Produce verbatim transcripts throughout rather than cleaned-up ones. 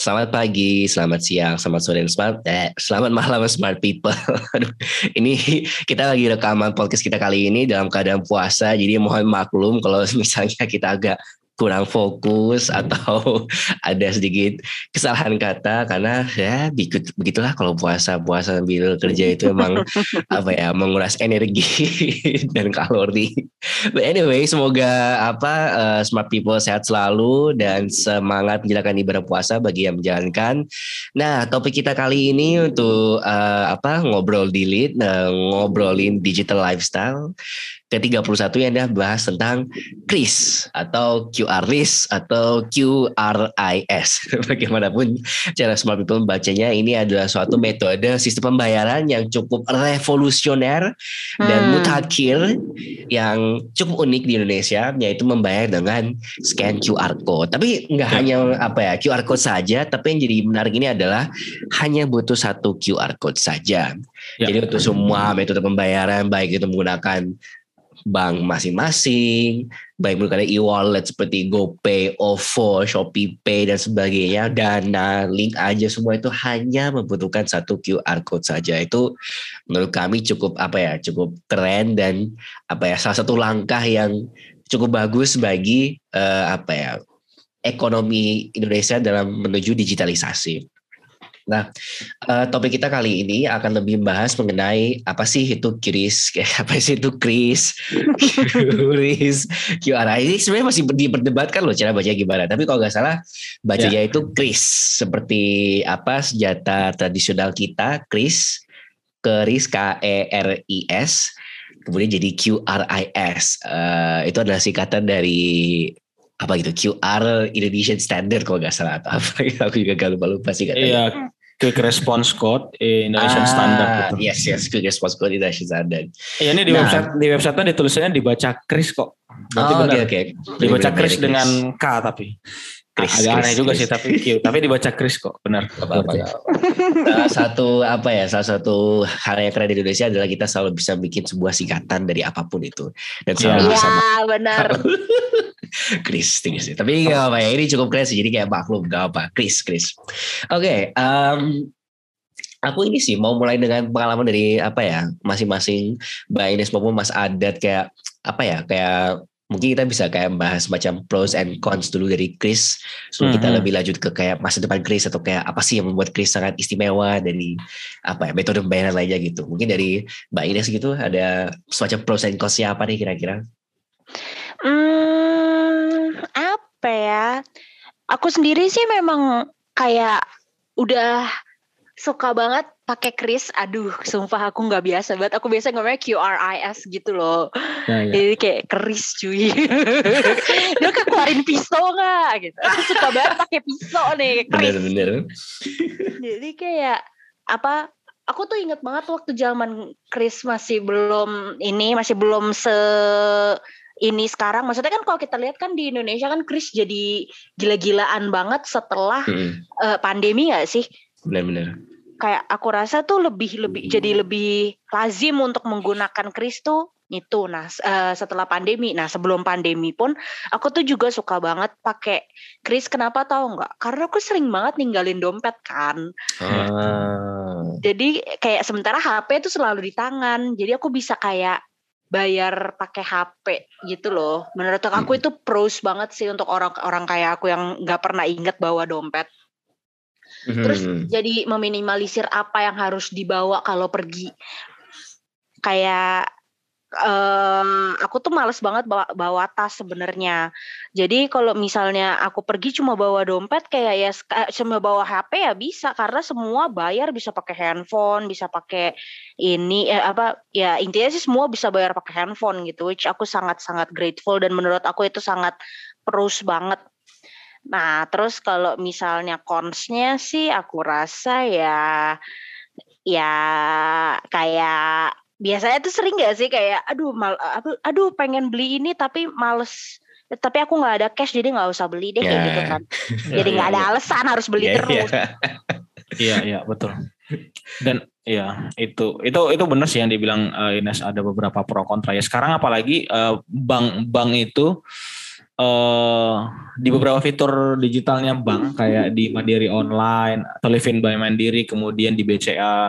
Selamat pagi, selamat siang, selamat sore, dan selamat, eh, selamat malam smart people. Aduh, ini kita lagi rekaman podcast kita kali ini dalam keadaan puasa, jadi mohon maklum kalau misalnya kita agak kurang fokus atau ada sedikit kesalahan kata karena ya begitulah kalau puasa puasa sambil kerja itu emang apa ya menguras energi dan kalori. But anyway, semoga apa uh, smart people sehat selalu dan semangat menjalankan ibadah puasa bagi yang menjalankan. Nah, topik kita kali ini untuk uh, apa ngobrol delete, uh, ngobrolin digital lifestyle. Ke tiga puluh satu yang dah bahas tentang kris atau Q R list atau Q R I S. Bagaimanapun cara smart people membacanya, ini adalah suatu metode sistem pembayaran yang cukup revolusioner hmm. dan mutakhir yang cukup unik di Indonesia, yaitu membayar dengan scan Q R code. Tapi nggak ya. hanya apa ya Q R code saja, tapi yang jadi menarik ini adalah hanya butuh satu Q R code saja. Ya. Jadi untuk semua metode pembayaran, baik itu menggunakan bank masing-masing, baik menggunakan e-wallet seperti GoPay, OVO, ShopeePay dan sebagainya, Dana, Link aja semua itu hanya membutuhkan satu Q R code saja. Itu menurut kami cukup apa ya, cukup keren dan apa ya salah satu langkah yang cukup bagus bagi uh, apa ya ekonomi Indonesia dalam menuju digitalisasi. Nah, uh, topik kita kali ini akan lebih membahas mengenai apa sih itu kris, apa sih itu kris, kris, Q R I. Ini sebenarnya masih diperdebatkan loh cara bacanya gimana. Tapi kalau nggak salah bacanya yeah. itu kris, seperti apa senjata tradisional kita, kris, keris, K E R I S, kemudian jadi Q R I S. Uh, itu adalah singkatan dari apa gitu Q R Indonesian Standard kalau nggak salah atau apa, aku juga gak lupa lupa sih katanya. Iya, Quick Response Code Indonesian ah, Standard gitu. Yes yes, Quick Response Code Indonesian Standard. Iya, ini di nah, website di website-nya ditulisannya dibaca Kris kok. Berarti oh, benar. Okay, okay. Dibaca Kris dengan K tapi. Kris, agak Kris, aneh juga Kris. sih tapi Q, tapi dibaca Kris kok, benar. Apa-apa. Salah satu apa ya, salah satu hal yang keren di Indonesia adalah kita selalu bisa bikin sebuah singkatan dari apapun itu dan selalu ya, bisa. Iya benar. Kris, Kris. Tapi nggak apa ya, ini cukup keren sih. Jadi kayak maklum nggak apa, Kris, Kris. Oke, okay, um, aku ini sih mau mulai dengan pengalaman dari apa ya, masing-masing Mbak Ines maupun Mas Adat kayak apa ya, kayak mungkin kita bisa kayak bahas macam pros and cons dulu dari Kris sebelum mm-hmm. kita lebih lanjut ke kayak masa depan Kris atau kayak apa sih yang membuat Kris sangat istimewa dari apa ya metode pembayaran lainnya gitu. Mungkin dari Mbak Ines gitu ada semacam pros and cons-nya apa nih kira-kira? Hmm, apa ya? Aku sendiri sih memang kayak udah suka banget pakai kris. Aduh, sumpah aku nggak biasa banget. Aku biasa ngomongnya Q R I S gitu loh. Ya, ya. Jadi kayak keris cuy. Dia kayak keluarin pisau nggak? Gitu. Aku suka banget pakai pisau nih. Kris. Bener-bener. Jadi kayak apa? Aku tuh inget banget waktu zaman kris masih belum ini, masih belum se ini sekarang. Maksudnya kan kalau kita lihat kan di Indonesia kan kris jadi gila-gilaan banget setelah hmm. uh, pandemi nggak sih? Benar-benar. Kayak aku rasa tuh lebih lebih jadi lebih lazim untuk menggunakan kris tuh itu. Nah uh, setelah pandemi, nah sebelum pandemi pun aku tuh juga suka banget pakai kris. Kenapa tahu nggak? Karena aku sering banget ninggalin dompet kan. Ah. Jadi kayak sementara H P tuh selalu di tangan. Jadi aku bisa kayak bayar pakai H P gitu loh. Menurut aku itu pros banget sih untuk orang-orang kayak aku yang nggak pernah inget bawa dompet. Terus hmm. jadi meminimalisir apa yang harus dibawa kalau pergi. Kayak um, aku tuh males banget bawa, bawa tas sebenarnya. Jadi kalau misalnya aku pergi cuma bawa dompet kayak ya cuma bawa H P ya bisa, karena semua bayar bisa pakai handphone, bisa pakai ini eh, apa ya intinya sih semua bisa bayar pakai handphone gitu. Which aku sangat-sangat grateful dan menurut aku itu sangat pros banget. Nah, terus kalau misalnya cons-nya sih aku rasa ya ya kayak biasanya tuh sering gak sih kayak aduh mal, aduh pengen beli ini tapi males, tapi aku nggak ada cash jadi nggak usah beli deh kayak yeah. gitu kan. Jadi nggak ada alasan harus beli yeah, terus. Iya yeah, iya yeah, betul. Dan ya itu itu itu benar sih yang dibilang uh, Ines, ada beberapa pro kontra ya. Sekarang apalagi uh, bank bank itu uh, di beberapa fitur digitalnya bank kayak di Mandiri Online atau Livin by Mandiri, kemudian di B C A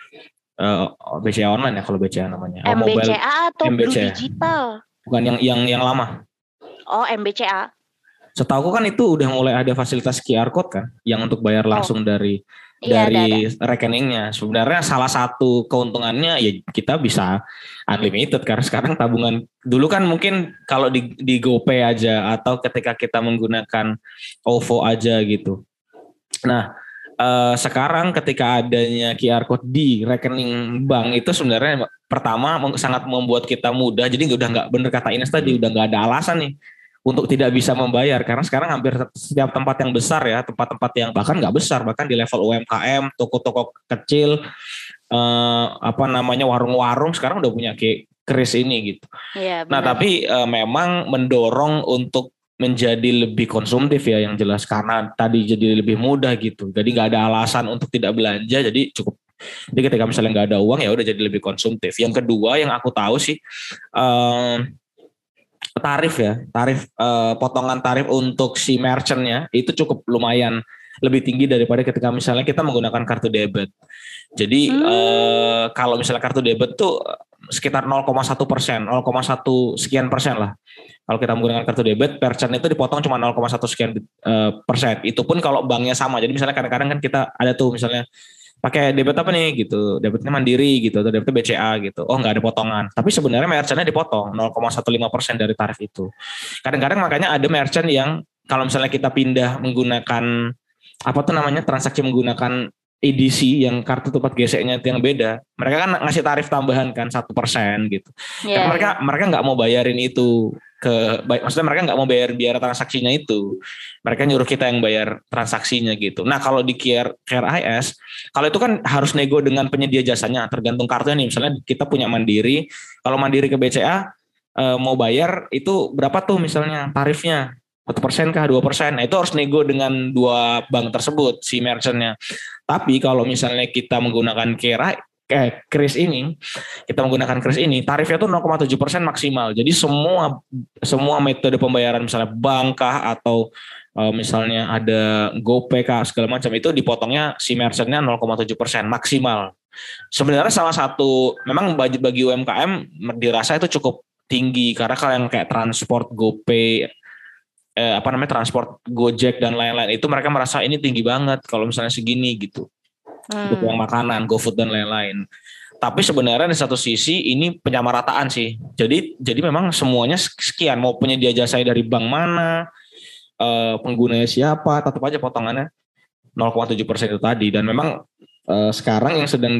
uh, B C A Online ya kalau B C A namanya. M B C A atau M B C A. Blue Digital? Bukan yang yang yang lama. Oh, M B C A. Setahu kan itu udah mulai ada fasilitas Q R code kan yang untuk bayar langsung oh. dari Iya, dari ada, ada. rekeningnya. Sebenarnya salah satu keuntungannya ya kita bisa unlimited karena sekarang tabungan dulu kan mungkin kalau di di GoPay aja atau ketika kita menggunakan O V O aja gitu. Nah, eh, sekarang ketika adanya Q R code di rekening bank itu sebenarnya pertama sangat membuat kita mudah. Jadi udah nggak bener kata Ines tadi, udah nggak ada alasan nih untuk tidak bisa membayar karena sekarang hampir setiap tempat yang besar ya, tempat-tempat yang bahkan nggak besar, bahkan di level U M K M, toko-toko kecil, eh, apa namanya warung-warung sekarang udah punya kris ini gitu. Ya, nah tapi eh, memang mendorong untuk menjadi lebih konsumtif ya yang jelas karena tadi jadi lebih mudah gitu. Jadi nggak ada alasan untuk tidak belanja, jadi cukup. Jadi ketika misalnya nggak ada uang ya udah jadi lebih konsumtif. Yang kedua yang aku tahu sih. Eh, tarif ya, tarif eh, potongan tarif untuk si merchantnya itu cukup lumayan lebih tinggi daripada ketika misalnya kita menggunakan kartu debit. Jadi hmm. eh, kalau misalnya kartu debit tuh sekitar nol koma satu persen, nol koma satu sekian persen lah. Kalau kita menggunakan kartu debit, merchant itu dipotong cuma nol koma satu sekian eh, persen. Itu pun kalau banknya sama. Jadi misalnya kadang-kadang kan kita ada tuh misalnya pakai debit apa nih gitu, debitnya Mandiri gitu atau debitnya B C A gitu, oh nggak ada potongan, tapi sebenarnya merchantnya dipotong nol koma satu lima persen dari tarif itu. Kadang-kadang makanya ada merchant yang kalau misalnya kita pindah menggunakan apa tuh namanya transaksi menggunakan E D C yang kartu tempat geseknya itu yang beda, mereka kan ngasih tarif tambahan kan satu persen gitu. Yeah, Karena mereka yeah. mereka nggak mau bayarin itu ke, maksudnya mereka nggak mau bayar biaya transaksinya itu, mereka nyuruh kita yang bayar transaksinya gitu. Nah kalau di Q R, Q R I S, kalau itu kan harus nego dengan penyedia jasanya, tergantung kartunya nih. Misalnya kita punya Mandiri, kalau Mandiri ke B C A e, mau bayar itu berapa tuh misalnya tarifnya? satu persen kah, dua persen? Nah itu harus nego dengan dua bank tersebut si merchantnya. Tapi kalau misalnya kita menggunakan Q R I, eh, kris ini, kita menggunakan kris ini, tarifnya tuh nol koma tujuh persen maksimal. Jadi semua semua metode pembayaran misalnya bank kah atau uh, misalnya ada GoPay kah segala macam itu dipotongnya si merchantnya nol koma tujuh persen maksimal. Sebenarnya salah satu memang bagi bagi U M K M dirasa itu cukup tinggi karena kalau yang kayak transport GoPay eh, apa namanya transport Gojek dan lain-lain itu mereka merasa ini tinggi banget kalau misalnya segini gitu. Hmm. Untuk yang makanan, GoFood dan lain-lain. Tapi sebenarnya di satu sisi ini penyamarataan sih. Jadi jadi memang semuanya sekian, mau penyedia jasa dari bank mana, eh, penggunanya siapa, tetap aja potongannya nol koma tujuh persen itu tadi. Dan memang eh, sekarang yang sedang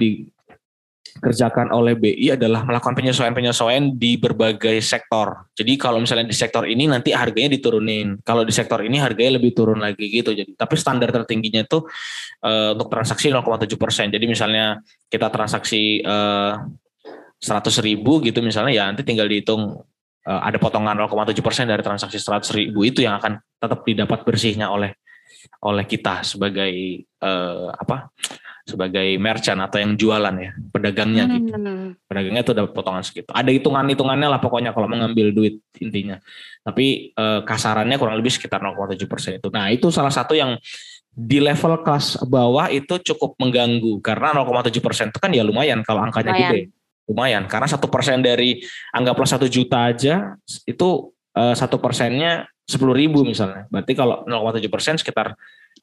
dikerjakan oleh B I adalah melakukan penyesuaian-penyesuaian di berbagai sektor. Jadi kalau misalnya di sektor ini nanti harganya diturunin, kalau di sektor ini harganya lebih turun lagi gitu. Jadi tapi standar tertingginya itu uh, untuk transaksi nol koma tujuh persen. Jadi misalnya kita transaksi uh, seratus ribu gitu misalnya ya nanti tinggal dihitung uh, ada potongan nol koma tujuh persen dari transaksi seratus ribu itu yang akan tetap didapat bersihnya oleh oleh kita sebagai uh, apa? sebagai merchant atau yang jualan ya, pedagangnya gitu. Hmm. Pedagangnya itu dapat potongan segitu. Ada hitungan-hitungannya lah pokoknya kalau mengambil duit intinya. Tapi eh, kasarannya kurang lebih sekitar nol koma tujuh persen itu. Nah itu salah satu yang di level kelas bawah itu cukup mengganggu. Karena nol koma tujuh persen itu kan ya lumayan kalau angkanya lumayan. Gede. Lumayan. Karena satu persen dari anggaplah satu juta aja itu satu eh, persennya sepuluh ribu misalnya. Berarti kalau nol koma tujuh persen sekitar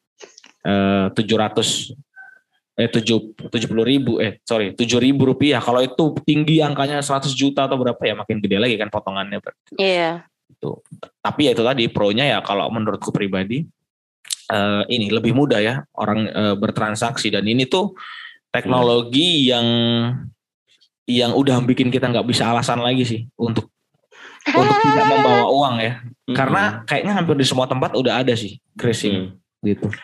eh, tujuh ratus eh tujuh tujuh puluh ribu eh sorry tujuh ribu rupiah. Kalau itu tinggi angkanya seratus juta atau berapa ya makin gede lagi kan potongannya. Iya. Yeah. Itu. Tapi ya itu tadi pro-nya ya kalau menurutku pribadi uh, ini lebih mudah ya orang uh, bertransaksi dan ini tuh teknologi yang yang udah bikin kita nggak bisa alasan lagi sih untuk untuk tidak membawa uang ya. Mm-hmm. Karena kayaknya hampir di semua tempat udah ada sih kris ini. Mm. Gitu.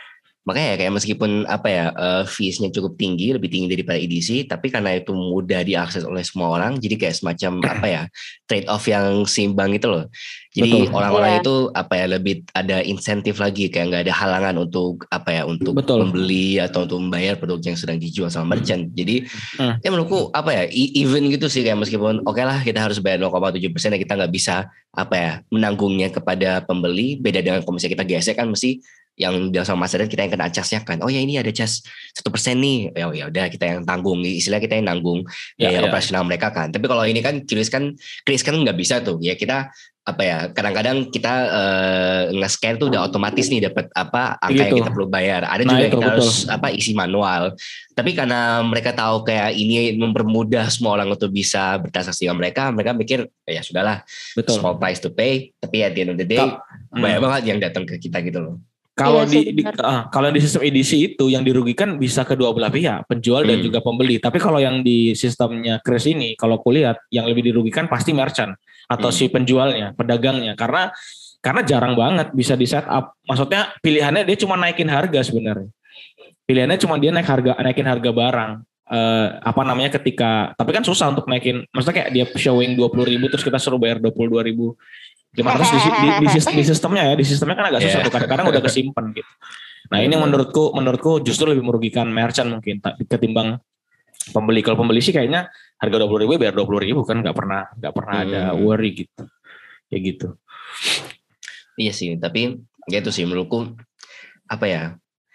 Makanya kayak meskipun apa ya uh, fees-nya cukup tinggi, lebih tinggi daripada E D C, tapi karena itu mudah diakses oleh semua orang, jadi kayak semacam apa ya trade off yang seimbang gitu loh. Jadi Betul. orang-orang Iya. itu apa ya lebih ada insentif lagi, kayak nggak ada halangan untuk apa ya untuk Betul. membeli atau untuk membayar produk yang sedang dijual sama merchant. Jadi Hmm. ya menurutku apa ya e- even gitu sih, kayak meskipun oke okay lah kita harus bayar nol koma tujuh persen ya kita nggak bisa apa ya menanggungnya kepada pembeli. Beda dengan kalau misalnya kita gesek kan mesti yang bilang sama Mas Adan kita yang kena casnya kan. Oh ya ini ada cas satu persen nih. Ya ya udah kita yang tanggung. Istilah kita yang nanggung Ya, biaya ya. operasional mereka kan. Tapi kalau ini kan Kris kan Kris kan nggak bisa tuh. Ya kita apa ya kadang-kadang kita uh, nge-scan tuh udah otomatis nih dapat apa angka Gitu. yang kita perlu bayar. Ada Nah, juga itu, yang kita betul. harus apa isi manual. Tapi karena mereka tahu kayak ini mempermudah semua orang untuk bisa bertransaksi dengan mereka, mereka mikir ya sudahlah, Betul. small price to pay. Tapi at the end of the day Ka- banyak hmm. banget yang datang ke kita gitu loh. Kalau Iya sih, di, di benar. uh, kalau di sistem edisi itu yang dirugikan bisa kedua belah pihak, penjual dan Hmm. juga pembeli. Tapi kalau yang di sistemnya Kris ini, kalau aku lihat yang lebih dirugikan pasti merchant atau Hmm. si penjualnya, pedagangnya, karena karena jarang banget bisa di set up. Maksudnya pilihannya dia cuma naikin harga sebenarnya. Pilihannya cuma dia naik harga, naikin harga barang. Uh, apa namanya ketika, tapi kan susah untuk naikin. Maksudnya kayak dia showing dua puluh ribu terus kita suruh bayar dua puluh dua ribu lima ratus di, di, di, di sistemnya ya, di sistemnya kan agak susah Yeah. tuh, kadang-kadang udah kesimpan gitu. Nah ini Benar. menurutku menurutku justru lebih merugikan merchant mungkin ketimbang pembeli. Kalau pembeli sih kayaknya harga dua puluh ribu biar dua puluh ribu kan nggak pernah nggak pernah Hmm. ada worry gitu, ya gitu. Iya sih, tapi gitu sih menurutku apa ya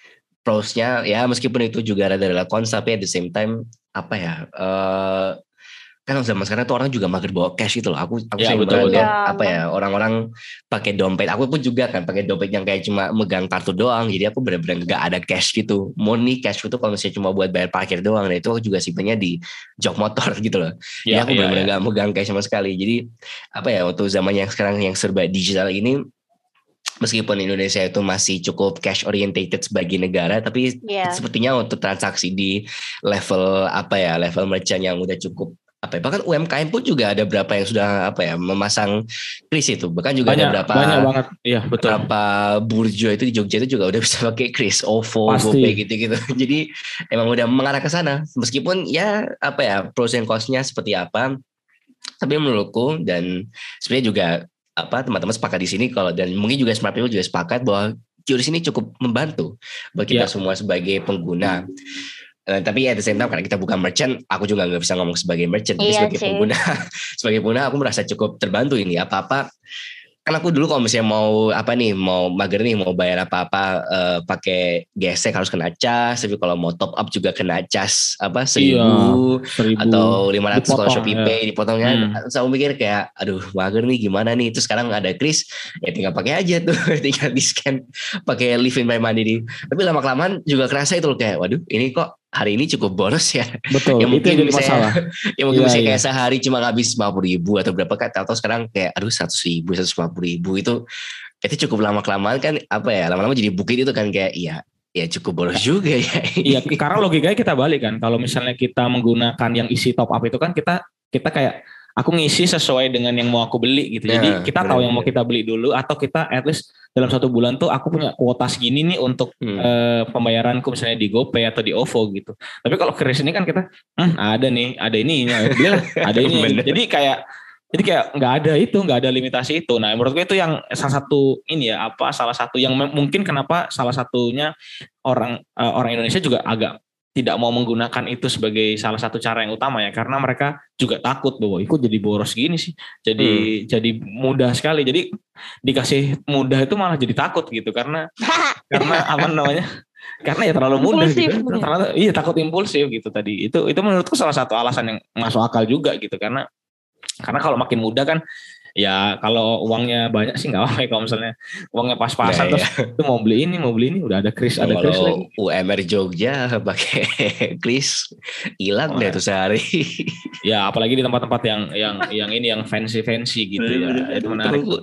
pros-nya ya meskipun itu juga rada-rada cons, tapi at the same time apa ya uh, kan zaman sekarang tuh orang juga mager bawa cash gitu loh. Aku aku Ya, sering betul, banget betul. lihat Ya, apa ya orang-orang pakai dompet. Aku pun juga kan pakai dompet yang kayak cuma megang kartu doang. Jadi aku benar-benar nggak ada cash gitu. Murni cash itu kalau misalnya cuma buat bayar parkir doang. Nah itu aku juga simpennya di jok motor gitu loh. Jadi Ya, aku ya, benar-benar ya. nggak megang cash sama sekali. Jadi apa ya untuk zaman yang sekarang yang serba digital ini, meskipun Indonesia itu masih cukup cash orientated sebagai negara, tapi Iya. sepertinya untuk transaksi di level apa ya level merchant yang udah cukup apa ya, bahkan U M K M pun juga ada berapa yang sudah apa ya memasang kris itu, bahkan juga Banyak, ada berapa banyak banget, iya betul. berapa burjo itu di Jogja itu juga udah bisa pakai kris, OVO, Pasti. GoPay gitu-gitu. Jadi emang udah mengarah ke sana, meskipun ya apa ya pros and cons-nya seperti apa, tapi menurutku dan sebenarnya juga apa teman-teman sepakat di sini kalau dan mungkin juga Smart People juga sepakat bahwa Q R I S ini cukup membantu buat kita Ya. semua sebagai pengguna. Uh, tapi at the same time karena kita bukan merchant, aku juga nggak bisa ngomong sebagai merchant, tapi Iya sebagai sih. pengguna, sebagai pengguna aku merasa cukup terbantu ini. Apa-apa kan aku dulu kalau misalnya mau apa nih mau mager nih mau bayar apa-apa uh, pakai gesek harus kena cas, tapi kalau mau top up juga kena cas apa seribu seribu atau lima ratus kalau dipotong, Shopee ya. Pay dipotongnya. Hmm. Saya mikir kayak aduh mager nih gimana nih, terus sekarang ada kris ya tinggal pakai aja tuh tinggal di scan pakai Live in My Money nih. Tapi lama kelamaan juga kerasa itu loh kayak waduh ini kok hari ini cukup boros ya. Betul, ya itu yang jadi misalnya, masalah. Ya mungkin Ya, misalnya ya. kayak sehari cuma ngabis lima puluh ribu atau berapa kan, atau sekarang kayak aduh seratus ribu, seratus lima puluh ribu itu itu cukup lama kelamaan kan apa ya lama-lama jadi bukit itu kan kayak iya ya cukup boros juga ya. Iya, karena logikanya kita balik kan. Kalau misalnya kita menggunakan yang isi top up itu kan kita kita kayak aku ngisi sesuai dengan yang mau aku beli gitu. Jadi Nah, kita bener, tahu yang bener. mau kita beli dulu atau kita at least dalam satu bulan tuh aku punya kuota segini nih untuk Hmm. eh, pembayaranku misalnya di GoPay atau di OVO gitu. Tapi kalau kris ini kan kita hmm, ada nih, ada ini, belilah, ada ini. Bener. Jadi kayak jadi kayak nggak ada itu, nggak ada limitasi itu. Nah, menurutku itu yang salah satu ini ya apa salah satu yang mem- mungkin kenapa salah satunya orang uh, orang Indonesia juga agak tidak mau menggunakan itu sebagai salah satu cara yang utama ya, karena mereka juga takut bahwa itu jadi boros gini sih, jadi hmm. jadi mudah sekali, jadi dikasih mudah itu malah jadi takut gitu karena karena apa namanya karena ya terlalu mudah Impulsif. gitu, terlalu, iya takut impulsif gitu tadi. Itu itu menurutku salah satu alasan yang masuk akal juga gitu, karena karena kalau makin mudah kan ya kalau uangnya banyak sih nggak apa-apa, kalau misalnya uangnya pas-pasan Nah, terus ya. itu mau beli ini mau beli ini udah ada kris ada kris lagi. Kalau U M R Jogja pakai kris hilang Oh, deh ya. tuh sehari. Ya apalagi di tempat-tempat yang yang yang ini yang fancy fancy gitu ya, itu menarik. Menurutku,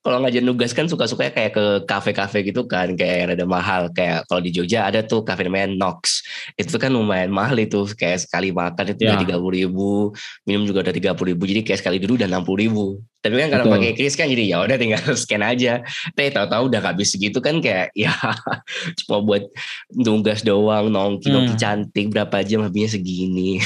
kalau ngajar nugas kan suka-sukanya kayak ke kafe-kafe gitu kan, kayak yang rada mahal. Kayak kalau di Jogja ada tuh kafe namanya Nox. Itu kan lumayan mahal itu, kayak sekali makan itu udah Ya. tiga puluh ribu, minum juga udah tiga puluh ribu. Jadi kayak sekali duduk udah enam puluh ribu. Tapi kan karena Betul. pakai kris kan jadi ya udah tinggal scan aja. Tapi tahu-tahu udah habis segitu kan kayak ya cuma buat nugas doang, nongki-nongki Hmm. cantik berapa jam habisnya segini.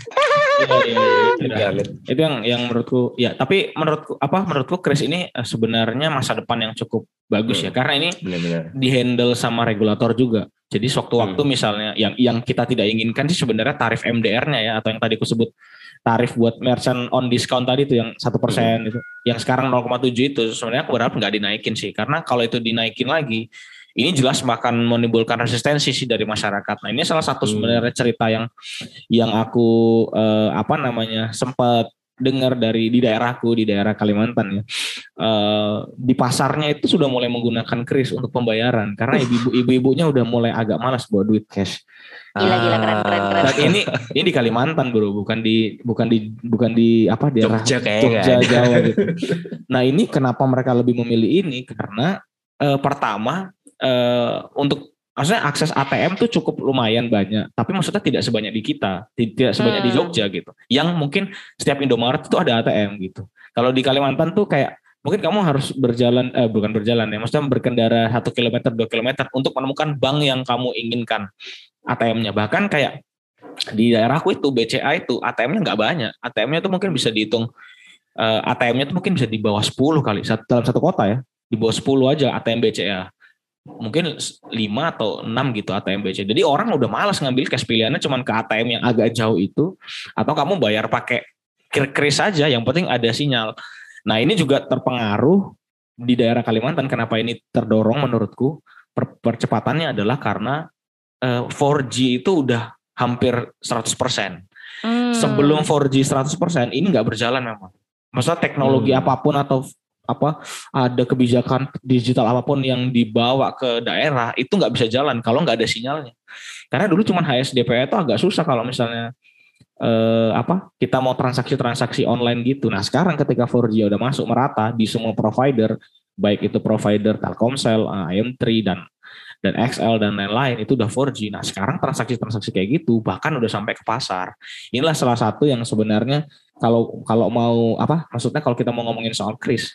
Iya, iya, iya, itu, dah. Banget. Itu yang yang menurutku ya, tapi menurutku apa menurutku Kris ini eh, sebenarnya masa depan yang cukup bagus ya, Hmm. karena ini Benar-benar. dihandle sama regulator juga. Jadi sewaktu-waktu Hmm. misalnya yang yang kita tidak inginkan sih sebenarnya tarif M D R-nya ya, atau yang tadi aku sebut tarif buat merchant on discount tadi itu yang satu persen itu, yang sekarang nol koma tujuh itu sebenarnya aku berharap nggak dinaikin sih, karena kalau itu dinaikin lagi ini jelas akan menimbulkan resistensi sih dari masyarakat. Nah ini salah satu Hmm. sebenarnya cerita yang yang aku eh, apa namanya sempat dengar dari di daerahku di daerah Kalimantan ya. Eh, di pasarnya itu sudah mulai menggunakan kris untuk pembayaran karena ibu-ibu ibu-ibunya udah mulai agak malas bawa duit cash. Gila, gila, keren, keren, keren. Dan ini ini di Kalimantan bro, bukan di bukan di bukan di apa daerah Jogja kayaknya Jogja nggak ada. Jawa gitu. Nah ini kenapa mereka lebih memilih ini karena eh, pertama eh, untuk maksudnya akses A T M tuh cukup lumayan banyak, tapi maksudnya tidak sebanyak di kita, tidak sebanyak di Hmm. Jogja gitu. Yang mungkin setiap Indomaret itu ada A T M gitu. Kalau di Kalimantan tuh kayak mungkin kamu harus berjalan, eh bukan berjalan ya, maksudnya berkendara satu kilometer, dua kilometer untuk menemukan bank yang kamu inginkan A T M-nya. Bahkan kayak di daerahku itu B C A itu A T M-nya nggak banyak. A T M-nya tuh mungkin bisa dihitung, eh, A T M-nya tuh mungkin bisa di bawah sepuluh kali satu, dalam satu kota ya, di bawah sepuluh aja A T M B C A. Mungkin lima atau enam gitu A T M B C A. Jadi orang udah malas ngambil cash, pilihannya cuman ke A T M yang agak jauh itu, atau kamu bayar pakai kris saja, yang penting ada sinyal. Nah ini juga terpengaruh di daerah Kalimantan. Kenapa ini terdorong menurutku? Per- percepatannya adalah karena eh, empat G itu udah hampir seratus persen. Hmm. Sebelum empat G seratus persen ini nggak berjalan memang. Maksudnya teknologi Hmm. apapun atau apa ada kebijakan digital apapun yang dibawa ke daerah itu nggak bisa jalan kalau nggak ada sinyalnya. Karena dulu cuman H S D P itu agak susah kalau misalnya eh, apa kita mau transaksi-transaksi online gitu. Nah sekarang ketika empat G udah masuk merata di semua provider, baik itu provider Telkomsel, I M tiga dan dan X L dan lain-lain itu udah empat G. Nah sekarang transaksi-transaksi kayak gitu bahkan udah sampai ke pasar. Inilah salah satu yang sebenarnya kalau kalau mau apa maksudnya kalau kita mau ngomongin soal kris,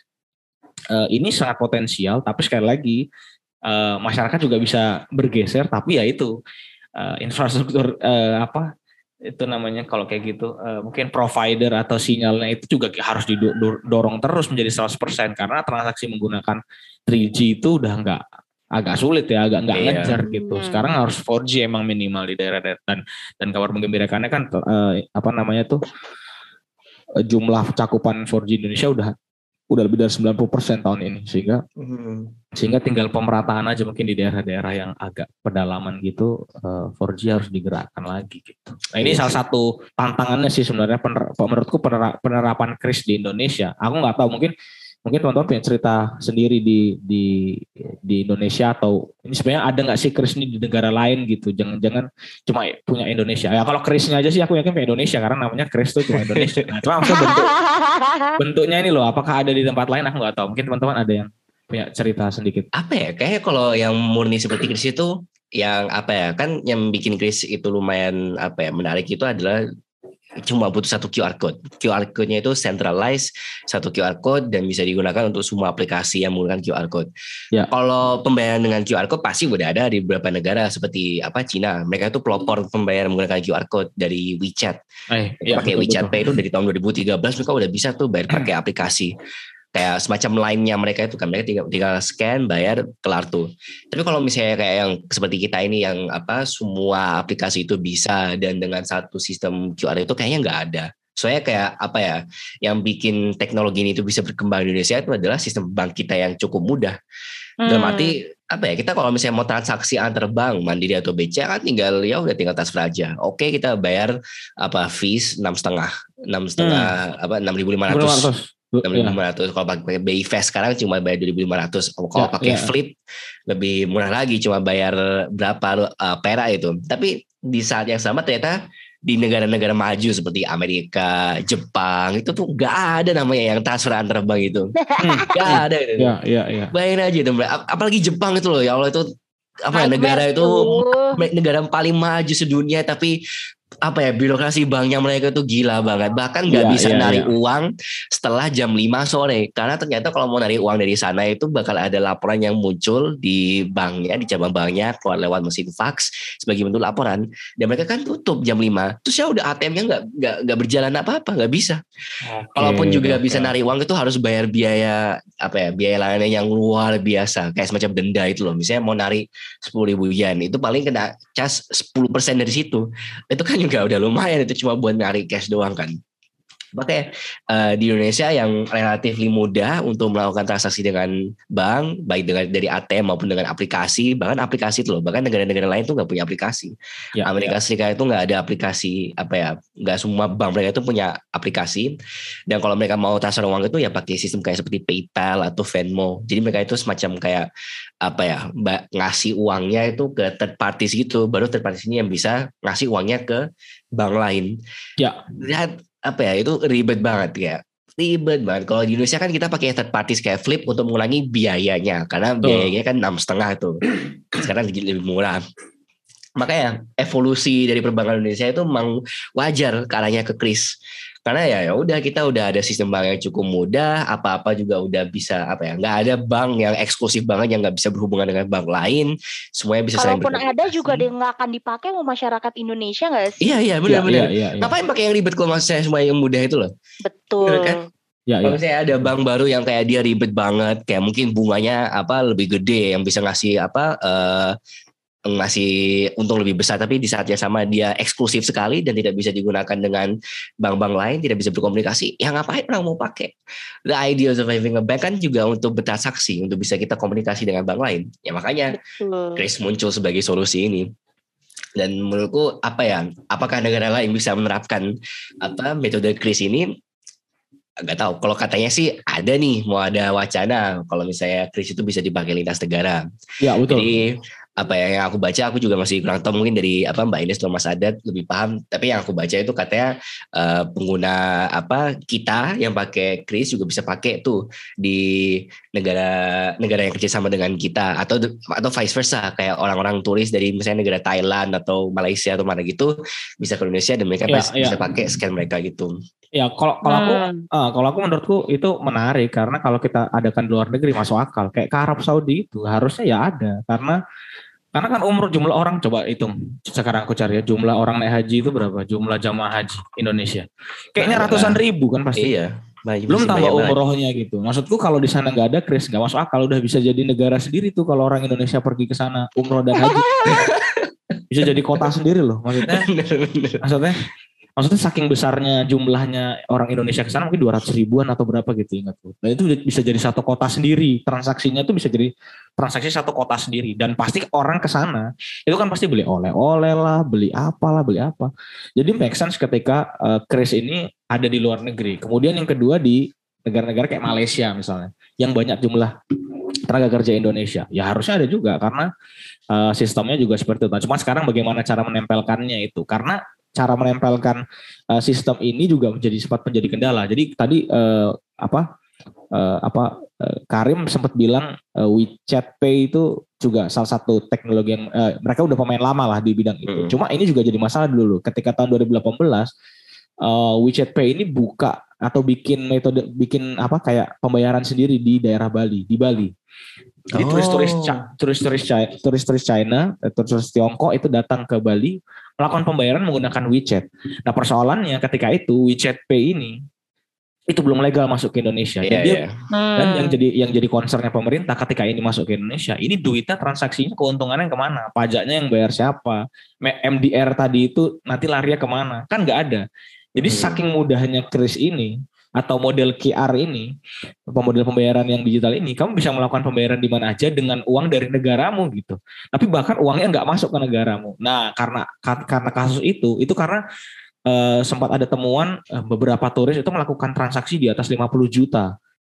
eh, ini sangat potensial. Tapi sekali lagi eh, masyarakat juga bisa bergeser. Tapi ya itu eh, infrastruktur eh, apa itu namanya kalau kayak gitu eh, mungkin provider atau sinyalnya itu juga harus didorong terus menjadi seratus persen karena transaksi menggunakan tiga G itu udah nggak agak sulit ya, agak nggak Iya. ngejar gitu. Sekarang harus empat G emang minimal di daerah-daerah dan dan kabar menggembirakannya kan eh, apa namanya tuh eh, jumlah cakupan empat G Indonesia udah udah lebih dari sembilan puluh persen tahun ini, sehingga Hmm. sehingga tinggal pemerataan aja mungkin di daerah-daerah yang agak pedalaman gitu, eh, empat G harus digerakkan lagi gitu. Nah ini Iya salah sih. satu tantangannya sih sebenarnya pener, menurutku penera- penerapan kris di Indonesia. Aku nggak tahu, mungkin mungkin teman-teman punya cerita sendiri di di di Indonesia, atau ini sebenarnya ada nggak sih kris ini di negara lain gitu? Jangan-jangan cuma punya Indonesia. Ya kalau krisnya aja sih aku yakin punya Indonesia karena namanya kris tuh cuma Indonesia. Nah, cuma maksudnya bentuk bentuknya ini loh, apakah ada di tempat lain aku nggak tahu. Mungkin teman-teman ada yang punya cerita sedikit. Apa ya, kayaknya kalau yang murni seperti kris itu yang apa ya, kan yang bikin kris itu lumayan apa ya menarik itu adalah cuma butuh satu Q R code. Q R code-nya itu centralized, satu Q R code dan bisa digunakan untuk semua aplikasi yang menggunakan Q R code. Ya. Kalau pembayaran dengan Q R code pasti udah ada di beberapa negara seperti apa Cina. Mereka itu pelopor pembayaran menggunakan Q R code dari WeChat. Eh, Ya, pakai betul, WeChat betul. Pay itu dari tahun dua ribu tiga belas mereka udah bisa tuh bayar pakai aplikasi. Kayak semacam line-nya mereka itu kan, mereka tinggal, tinggal scan, bayar, kelar tuh. Tapi kalau misalnya kayak yang seperti kita ini yang apa semua aplikasi itu bisa dan dengan satu sistem Q R itu kayaknya nggak ada. Soalnya kayak apa ya, yang bikin teknologi ini itu bisa berkembang di Indonesia itu adalah sistem bank kita yang cukup mudah. Dalam arti apa ya, kita kalau misalnya mau transaksi antar bank Mandiri atau B C A kan tinggal ya udah tinggal transfer aja. Oke kita bayar apa fees enam setengah enam setengah apa enam ribu lima ratus enam ribu lima ratus. Kalau pakai B I Fast sekarang cuma bayar dua ribu lima ratus. Kalau Ya, pakai ya. Flip lebih murah lagi, cuma bayar berapa uh, perak itu. Tapi di saat yang sama ternyata di negara-negara maju seperti Amerika, Jepang itu tuh nggak ada namanya yang transfer antar bank itu, nggak Hmm. ada. Gitu. Ya, ya, ya. Bayangin aja itu, apalagi Jepang itu loh, ya Allah itu apa ya, negara Nightmare itu tuh. negara paling maju sedunia tapi apa ya birokrasi banknya mereka tuh gila banget, bahkan nggak Iya, bisa iya, narik iya. uang setelah jam lima sore karena ternyata kalau mau narik uang dari sana itu bakal ada laporan yang muncul di banknya, di cabang banknya keluar lewat mesin fax sebagai bentuk laporan, dan mereka kan tutup jam lima, terus ya udah A T M-nya nggak nggak nggak berjalan apa-apa, nggak bisa. Oke, Kalaupun juga oke. bisa narik uang itu harus bayar biaya apa ya, biaya layanan yang luar biasa kayak semacam denda itu loh, misalnya mau narik sepuluh ribu yen itu paling kena cas sepuluh persen dari situ, itu kan juga udah lumayan, itu cuma buat narik cash doang kan. Makanya uh, di Indonesia yang relatif mudah untuk melakukan transaksi dengan bank, baik dengan dari A T M maupun dengan aplikasi, bahkan aplikasi itu loh, bahkan negara-negara lain tuh nggak punya aplikasi. Ya, Amerika ya. Serikat itu nggak ada aplikasi, apa ya, nggak semua bank mereka itu punya aplikasi. Dan kalau mereka mau transfer uang itu ya pakai sistem kayak seperti PayPal atau Venmo. Jadi mereka itu semacam kayak apa ya, ngasih uangnya itu ke third parties gitu, baru third parties ini yang bisa ngasih uangnya ke bank lain. Ya. Lihat apa ya, itu ribet banget ya, ribet banget. Kalau di Indonesia kan kita pakai third parties kayak Flip untuk mengurangi biayanya, karena biayanya kan enam setengah tuh, sekarang lebih murah. Makanya evolusi dari perbankan Indonesia itu memang wajar ke arahnya ke kris. Karena ya ya udah kita udah ada sistem bank yang cukup mudah, apa-apa juga udah bisa apa ya, nggak ada bank yang eksklusif banget yang nggak bisa berhubungan dengan bank lain, semuanya bisa saling Kalaupun berkomunikasi. ada juga dia nggak akan dipakai sama masyarakat Indonesia nggak sih? Iya iya benar-benar. Ya, ya, ya. Ngapain pakai yang ribet kalau maksud saya semua yang mudah itu loh. Betul. Bener kan? Ya, Kalau ya. misalnya ada bank baru yang kayak dia ribet banget, kayak mungkin bunganya apa lebih gede, yang bisa ngasih apa uh, ngasih untung lebih besar, tapi di saat yang sama dia eksklusif sekali dan tidak bisa digunakan dengan bank-bank lain, tidak bisa berkomunikasi, ya ngapain orang mau pakai? The idea of having a bank kan juga untuk bertransaksi, untuk bisa kita komunikasi dengan bank lain. Ya makanya kris muncul sebagai solusi ini. Dan menurutku apa ya, apakah negara lain bisa menerapkan apa metode kris ini? Gak tahu. Kalau katanya sih ada nih, mau ada wacana kalau misalnya kris itu bisa dipakai lintas negara. Ya betul. Jadi apa ya, yang aku baca, aku juga masih kurang tahu, mungkin dari apa Mbak Ines atau Mas Adat lebih paham, tapi yang aku baca itu katanya uh, pengguna apa kita yang pakai kris juga bisa pakai tuh di negara negara yang kerjasama dengan kita, atau atau vice versa, kayak orang-orang turis dari misalnya negara Thailand atau Malaysia atau mana gitu bisa ke Indonesia dan mereka Ya, bisa ya. pakai scan mereka gitu. Ya kalau kalau aku Hmm. uh, kalau aku menurutku itu menarik, karena kalau kita adakan di luar negeri masuk akal. Kayak ke Arab Saudi itu harusnya ya ada, karena karena kan umur jumlah orang, coba hitung sekarang aku cari ya, jumlah orang naik haji itu berapa, jumlah jamaah haji Indonesia kayaknya Banyak ratusan lah. ribu kan pasti. Iya, banyak, belum masih tambah banyak banget. umrohnya gitu. Maksudku kalau di sana nggak ada kris, nggak masuk akal, udah bisa jadi negara sendiri tuh kalau orang Indonesia pergi ke sana umroh dan haji. Bisa jadi kota sendiri loh maksudnya. Bener-bener. Maksudnya Maksudnya saking besarnya jumlahnya orang Indonesia ke sana, mungkin dua ratus ribuan atau berapa gitu, ingat tuh. Dan itu bisa jadi satu kota sendiri. Transaksinya tuh bisa jadi transaksi satu kota sendiri. Dan pasti orang ke sana itu kan pasti beli oleh-oleh lah, beli apalah, beli apa. Jadi make sense ketika uh, kris ini ada di luar negeri. Kemudian yang kedua di negara-negara kayak Malaysia misalnya, yang banyak jumlah tenaga kerja Indonesia. Ya harusnya ada juga karena uh, sistemnya juga seperti itu. Nah, cuma sekarang bagaimana cara menempelkannya itu. Karena cara menempelkan uh, sistem ini juga menjadi sempat menjadi kendala. Jadi tadi uh, apa uh, apa uh, Karim sempat bilang uh, WeChat Pay itu juga salah satu teknologi yang uh, mereka udah pemain lama lah di bidang itu. Hmm. Cuma ini juga jadi masalah dulu ketika tahun dua ribu delapan belas uh, WeChat Pay ini buka atau bikin metode bikin apa kayak pembayaran sendiri di daerah Bali, di Bali. Jadi oh. turis-turis turis-turis China, turis-turis China, turis-turis Tiongkok itu datang ke Bali melakukan pembayaran menggunakan WeChat. Nah persoalannya ketika itu WeChat Pay ini itu belum legal masuk ke Indonesia. Yeah, dan dia yeah. dan yang jadi yang jadi concernnya pemerintah ketika ini masuk ke Indonesia, ini duitnya transaksinya keuntungannya kemana? Pajaknya yang bayar siapa? M D R tadi itu nanti larinya kemana? Kan nggak ada. Jadi hmm. saking mudahnya kris ini atau model Q R ini, model pembayaran yang digital ini, kamu bisa melakukan pembayaran di mana aja dengan uang dari negaramu gitu. Tapi bahkan uangnya nggak masuk ke negaramu. Nah, karena karena kasus itu, itu karena uh, sempat ada temuan uh, beberapa turis itu melakukan transaksi di atas lima puluh juta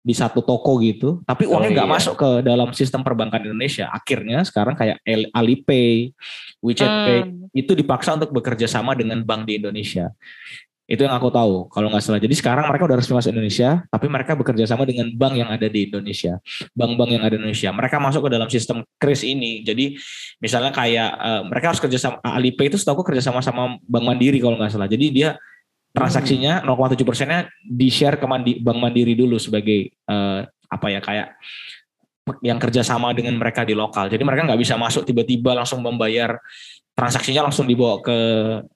di satu toko gitu, tapi uangnya nggak Oh, iya. masuk ke dalam sistem perbankan Indonesia. Akhirnya sekarang kayak Alipay, WeChat Pay Hmm. itu dipaksa untuk bekerja sama dengan bank di Indonesia. Itu yang aku tahu, kalau nggak salah. Jadi sekarang mereka udah resmi masuk Indonesia, tapi mereka bekerja sama dengan bank yang ada di Indonesia, bank-bank yang ada di Indonesia. Mereka masuk ke dalam sistem kris ini. Jadi misalnya kayak uh, mereka harus kerja sama Alipay itu, setahu aku kerja sama sama Bank Mandiri kalau nggak salah. Jadi dia transaksinya nol koma tujuh persennya di share ke Mandi, Bank Mandiri dulu sebagai uh, apa ya kayak yang kerjasama dengan mereka di lokal. Jadi mereka nggak bisa masuk tiba-tiba langsung membayar transaksinya langsung dibawa ke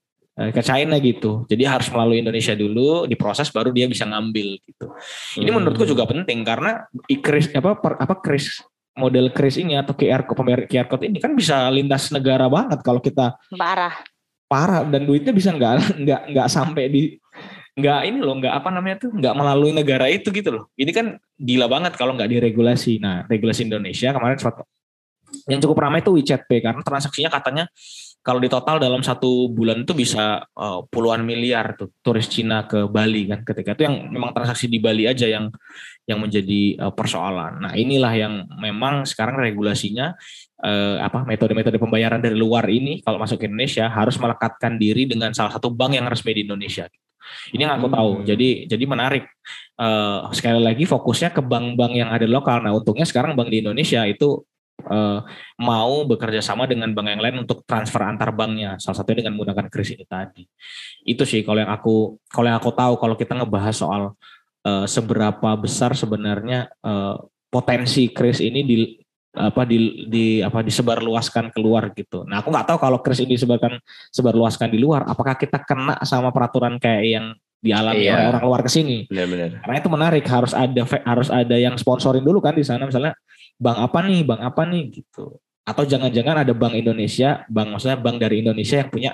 ke China gitu. Jadi harus melalui Indonesia dulu, diproses baru dia bisa ngambil gitu. Ini hmm. menurutku juga penting karena kris apa per, apa kris model kris ini atau Q R code Q R code ini kan bisa lintas negara banget kalau kita parah. Parah dan duitnya bisa nggak nggak nggak sampai di nggak ini loh nggak apa namanya tuh nggak melalui negara itu gitu loh. Ini kan gila banget kalau nggak diregulasi. Nah, regulasi Indonesia kemarin suatu yang cukup ramai itu WeChat Pay karena transaksinya katanya kalau di total dalam satu bulan itu bisa uh, puluhan miliar tuh turis Cina ke Bali kan ketika itu yang memang transaksi di Bali aja yang yang menjadi uh, persoalan. Nah inilah yang memang sekarang regulasinya uh, apa metode-metode pembayaran dari luar ini kalau masuk ke Indonesia harus melekatkan diri dengan salah satu bank yang resmi di Indonesia. Ini yang aku hmm. tahu. Jadi jadi menarik. Uh, sekali lagi fokusnya ke bank-bank yang ada lokal. Nah untungnya sekarang bank di Indonesia itu Uh, mau bekerja sama dengan bank yang lain untuk transfer antar banknya, salah satunya dengan menggunakan kris ini tadi. Itu sih kalau yang aku kalau yang aku tahu kalau kita ngebahas soal uh, seberapa besar sebenarnya uh, potensi kris ini di apa di, di apa disebarluaskan keluar gitu. Nah aku nggak tahu kalau kris ini disebarkan sebarluaskan di luar, apakah kita kena sama peraturan kayak yang dialami iya. oleh orang luar ke sini. Benar-benar. Karena itu menarik, harus ada harus ada yang sponsorin dulu kan di sana, misalnya bank apa nih, bank apa nih gitu. Atau jangan-jangan ada bank Indonesia, bank maksudnya bank dari Indonesia yang punya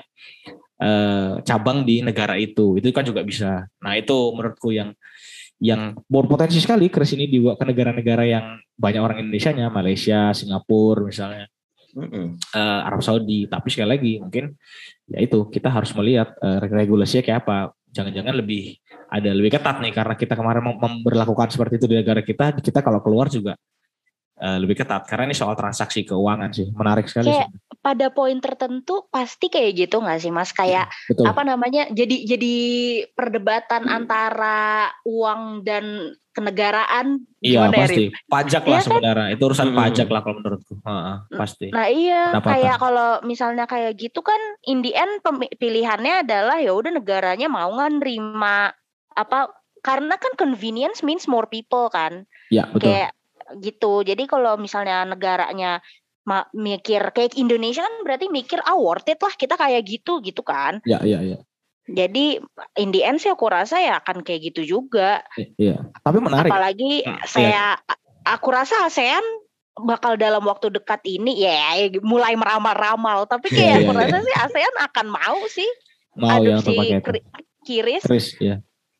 eh, cabang di negara itu. Itu kan juga bisa. Nah, itu menurutku yang yang berpotensi sekali kris ini dibawa ke negara-negara yang banyak orang Indonesianya, Malaysia, Singapura misalnya. Mm-hmm. Uh, Arab Saudi. Tapi sekali lagi mungkin ya itu kita harus melihat uh, regulasinya kayak apa. Jangan-jangan lebih ada lebih ketat nih karena kita kemarin memperlakukan seperti itu di negara kita, kita kalau keluar juga uh, lebih ketat karena ini soal transaksi keuangan sih, menarik sekali. Kayak sih. Pada poin tertentu pasti kayak gitu nggak sih Mas? Kayak Betul. apa namanya? Jadi jadi perdebatan antara uang dan kenegaraan. Iya pasti. Ya, pajak lah ya, sebenarnya kan? Itu urusan hmm. pajak lah kalau menurutku. Ha, pasti. Nah iya, Pendapatan. Kayak kalau misalnya kayak gitu kan, in the end pilihannya adalah ya udah negaranya mau nggak nerima apa? Karena kan convenience means more people kan. Iya betul. Kayak gitu. Jadi kalau misalnya negaranya mikir kayak Indonesia kan berarti mikir ah worth it lah kita kayak gitu gitu kan. Iya iya iya. Jadi in the end sih aku rasa ya akan kayak gitu juga. Iya. Tapi menarik. Apalagi nah, saya iya. aku rasa ASEAN bakal dalam waktu dekat ini ya mulai meramal-ramal. Tapi kayak iya, aku iya, rasa iya. sih ASEAN akan mau sih. Mau adopsi ya kri- kiris. Kris ya.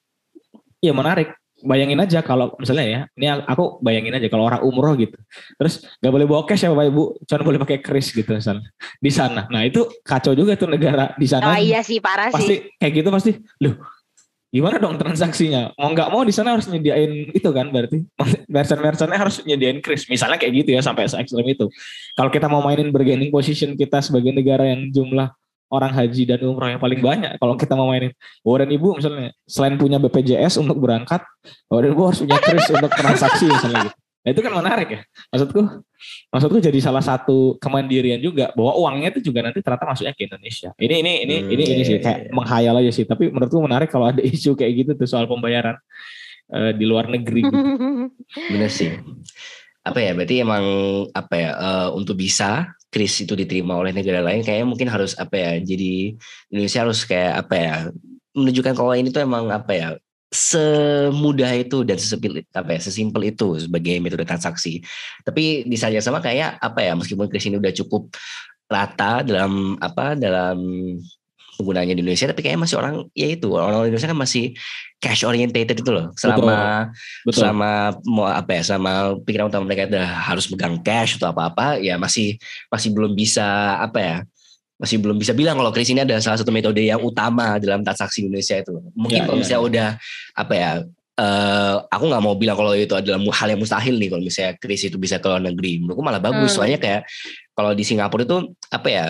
Iya menarik. Bayangin aja kalau misalnya ya, ini aku bayangin aja kalau orang umroh gitu, terus nggak boleh bawa cash ya bapak ibu, cuma boleh pakai kris gitu misalnya di sana. Nah itu kacau juga tuh negara di sana. Oh iya sih parah pasti, sih. Kayak gitu pasti, loh gimana dong transaksinya? Mau nggak mau di sana harus nyediain itu kan berarti merchant-merchantnya harus nyediain kris. Misalnya kayak gitu ya sampai se-ekstrem itu. Kalau kita mau mainin bargaining position kita sebagai negara yang jumlah orang haji dan umroh yang paling banyak, kalau kita mau mainin bapak dan ibu misalnya selain punya B P J S untuk berangkat, bapak dan ibu harus punya kris untuk transaksi misalnya gitu. Nah itu kan menarik ya, maksudku maksudku jadi salah satu kemandirian juga bahwa uangnya itu juga nanti ternyata masuknya ke Indonesia. Ini ini ini hmm, ini ini sih kayak menghayal aja sih, tapi menurutku menarik kalau ada isu kayak gitu tuh soal pembayaran uh, di luar negeri gitu. Benar sih. Apa ya berarti emang apa ya uh, untuk bisa kris itu diterima oleh negara lain kayaknya mungkin harus apa ya jadi Indonesia harus kayak apa ya menunjukkan kalau ini tuh emang apa ya semudah itu dan sesimpel apa ya sesimpel itu sebagai metode transaksi. Tapi di saat yang sama kayak apa ya meskipun kris ini udah cukup rata dalam apa dalam penggunanya di Indonesia, tapi kayaknya masih orang ya itu orang Indonesia kan masih cash oriented itu loh selama Betul. Betul. selama mau apa ya sama pikiran utama mereka itu harus pegang cash atau apa-apa ya masih masih belum bisa apa ya masih belum bisa bilang kalau kris ini ada salah satu metode yang utama dalam transaksi Indonesia itu mungkin ya, kalau ya, misalnya ya. udah apa ya Uh, aku nggak mau bilang kalau itu adalah hal yang mustahil nih kalau misalnya Kris itu bisa ke luar negeri. Menurutku malah bagus. Hmm. Soalnya kayak kalau di Singapura itu apa ya,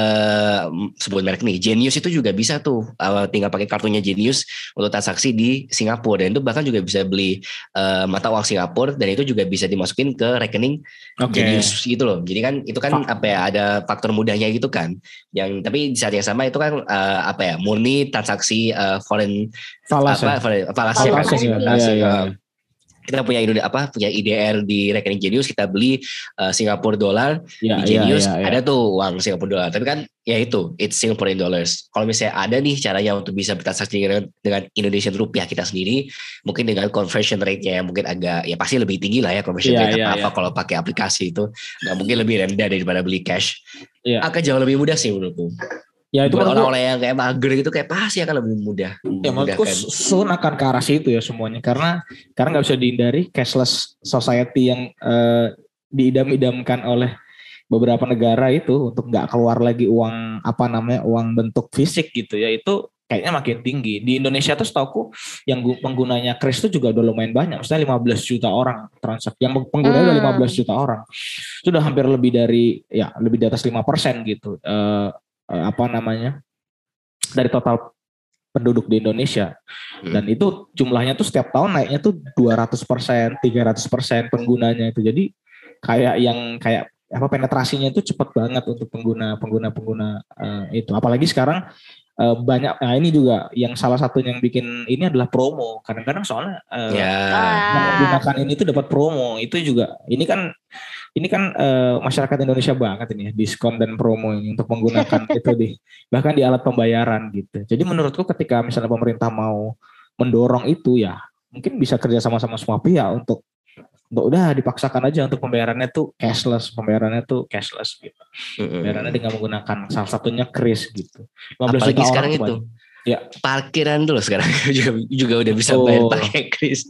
uh, sebut merek nih, Genius itu juga bisa tuh uh, tinggal pakai kartunya Genius untuk transaksi di Singapura, dan itu bahkan juga bisa beli uh, mata uang Singapura, dan itu juga bisa dimasukin ke rekening okay. Genius gitu loh. Jadi kan itu kan apa ya, ada faktor mudahnya gitu kan. Yang tapi di saat yang sama itu kan uh, apa ya, murni transaksi uh, foreign falas apa falas ya kan. Ya, ya. Kita punya Indonesia apa punya I D R di rekening Genius, kita beli uh, Singapura dolar ya, di Genius ya, ya, ya. Ada tuh uang Singapura dolar, tapi kan ya itu it's Singaporean dollars. Kalau misalnya ada nih caranya untuk bisa bertransaksi dengan, dengan Indonesian rupiah kita sendiri, mungkin dengan conversion rate-nya yang mungkin agak ya pasti lebih tinggi lah ya conversion ya, rate ya, apa ya. Kalau pakai aplikasi itu nggak mungkin lebih rendah daripada beli cash ya. Akan jauh lebih mudah sih menurutku. Ya itu orang-orang yang kayak mager gitu kayak pasti akan lebih mudah. Ya menurutku soon akan ke arah situ ya semuanya, karena karena nggak bisa dihindari cashless society yang uh, diidam-idamkan oleh beberapa negara itu untuk nggak keluar lagi uang apa namanya uang bentuk fisik gitu ya, itu kayaknya makin tinggi. Di Indonesia tuh setahu yang penggunanya Kris itu juga udah lumayan banyak, misalnya lima belas juta orang transaksi, yang penggunanya hmm. udah lima belas juta orang, sudah hampir lebih dari ya lebih di atas lima persen gitu. Uh, apa namanya dari total penduduk di Indonesia, hmm. dan itu jumlahnya tuh setiap tahun naiknya tuh dua ratus persen, tiga ratus persen penggunanya itu. Jadi kayak yang kayak apa penetrasinya itu cepat banget untuk pengguna pengguna pengguna uh, itu. Apalagi sekarang uh, banyak. Nah ini juga yang salah satu yang bikin ini adalah promo. Kadang-kadang soalnya uh, yeah. menggunakan ini tuh dapat promo. Itu juga ini kan ini kan uh, masyarakat Indonesia banget ini ya, diskon dan promo ini untuk menggunakan itu di bahkan di alat pembayaran gitu. Jadi menurutku ketika misalnya pemerintah mau mendorong itu ya mungkin bisa kerja sama-sama semua pihak untuk untuk udah dipaksakan aja untuk pembayarannya tuh cashless, pembayarannya tuh cashless gitu. Mm-hmm. Pembayarannya dengan menggunakan salah satunya Kris gitu. Apalagi sekarang itu. Banyak. Ya, parkiran dulu sekarang juga juga udah bisa oh. bayar pakai Kris.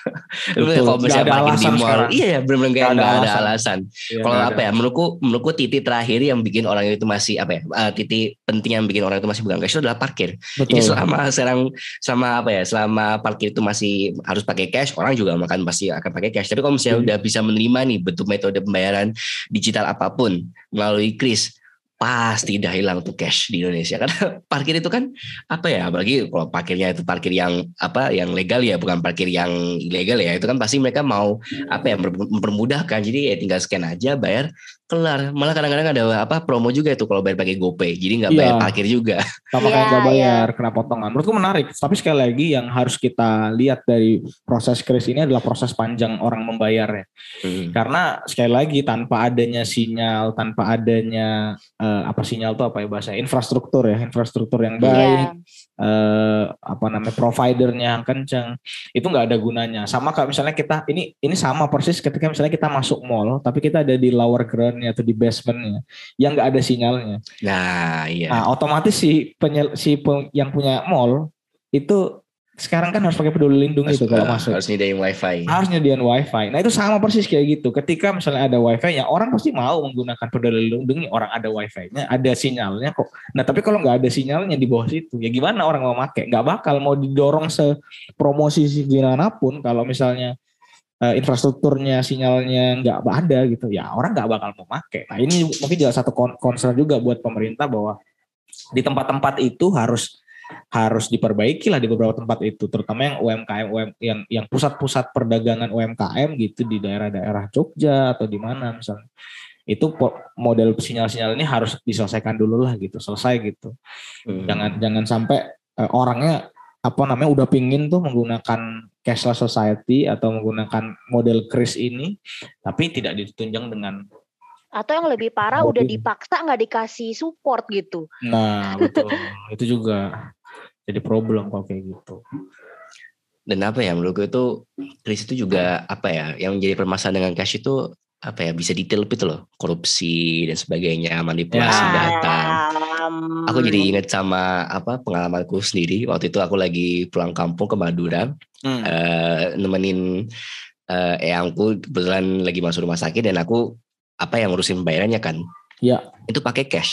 Kalau misalnya parkir di mall, iya ya benar-benar nggak ada, ada alasan. Ya, kalau apa ya, menurutku menurutku titik terakhir yang bikin orang itu masih apa ya, uh, titik penting yang bikin orang itu masih pegang cash itu adalah parkir. Betul. Jadi selama sekarang sama apa ya, selama parkir itu masih harus pakai cash, orang juga makan pasti akan pakai cash. Tapi kalau misalnya hmm. udah bisa menerima nih bentuk metode pembayaran digital apapun melalui Kris, pasti dah hilang tuh cash di Indonesia. Karena parkir itu kan apa ya, apalagi kalau parkirnya itu parkir yang apa yang legal ya, bukan parkir yang ilegal ya, itu kan pasti mereka mau apa ya, mempermudahkan. Jadi ya tinggal scan aja, bayar, kelar. Malah kadang-kadang ada apa promo juga itu kalau bayar pakai GoPay, jadi nggak bayar ya, parkir juga. Sama kayak nggak bayar, ya. Kena potongan. Menurutku menarik. Tapi sekali lagi yang harus kita lihat dari proses Kris ini adalah proses panjang orang membayarnya. Hmm. Karena sekali lagi tanpa adanya sinyal, tanpa adanya uh, apa sinyal itu apa ya bahasa infrastruktur ya, infrastruktur yang baik, yeah. uh, apa namanya providernya yang kencang, itu nggak ada gunanya. Sama kayak misalnya kita ini ini sama persis ketika misalnya kita masuk mall, tapi kita ada di lower ground-nya atau di basement-nya yang nggak ada sinyalnya. Nah, iya. Nah, otomatis si penyel, si pe, yang punya mall itu sekarang kan harus pakai peduli lindungi itu kalau masuk. Harus nyediain wifi. Harus nyediain wifi. Nah itu sama persis kayak gitu. Ketika misalnya ada wifi, ya orang pasti mau menggunakan peduli lindungi. Orang ada wifi-nya, ada sinyalnya kok. Nah tapi kalau nggak ada sinyalnya di bawah situ, ya gimana orang mau pakai? Nggak bakal mau didorong sepromosi gimana pun kalau misalnya uh, infrastrukturnya, sinyalnya nggak ada gitu. Ya orang nggak bakal mau pakai. Nah ini mungkin juga satu concern juga buat pemerintah bahwa di tempat-tempat itu harus harus diperbaiki lah di beberapa tempat itu, terutama yang U M K M, U M, yang yang pusat-pusat perdagangan U M K M gitu di daerah-daerah Jogja atau di mana misalnya, itu model sinyal-sinyal ini harus diselesaikan dulu lah gitu, selesai gitu. Hmm. Jangan jangan sampai eh, orangnya apa namanya udah pingin tuh menggunakan cashless society atau menggunakan model Kris ini, tapi tidak ditunjang dengan, atau yang lebih parah udah dipaksa nggak dikasih support gitu. Nah betul itu juga jadi problem kalau kayak gitu. Dan apa ya menurutku itu Kris itu juga apa ya yang menjadi permasalahan dengan cash itu apa ya, bisa detail itu loh, korupsi dan sebagainya, manipulasi ya. data. Aku jadi ingat sama apa pengalamanku sendiri waktu itu. Aku lagi pulang kampung ke Madura, hmm. uh, nemenin uh, eyangku kebetulan lagi masuk rumah sakit, dan aku apa yang ngurusin bayarannya kan, ya itu pakai cash.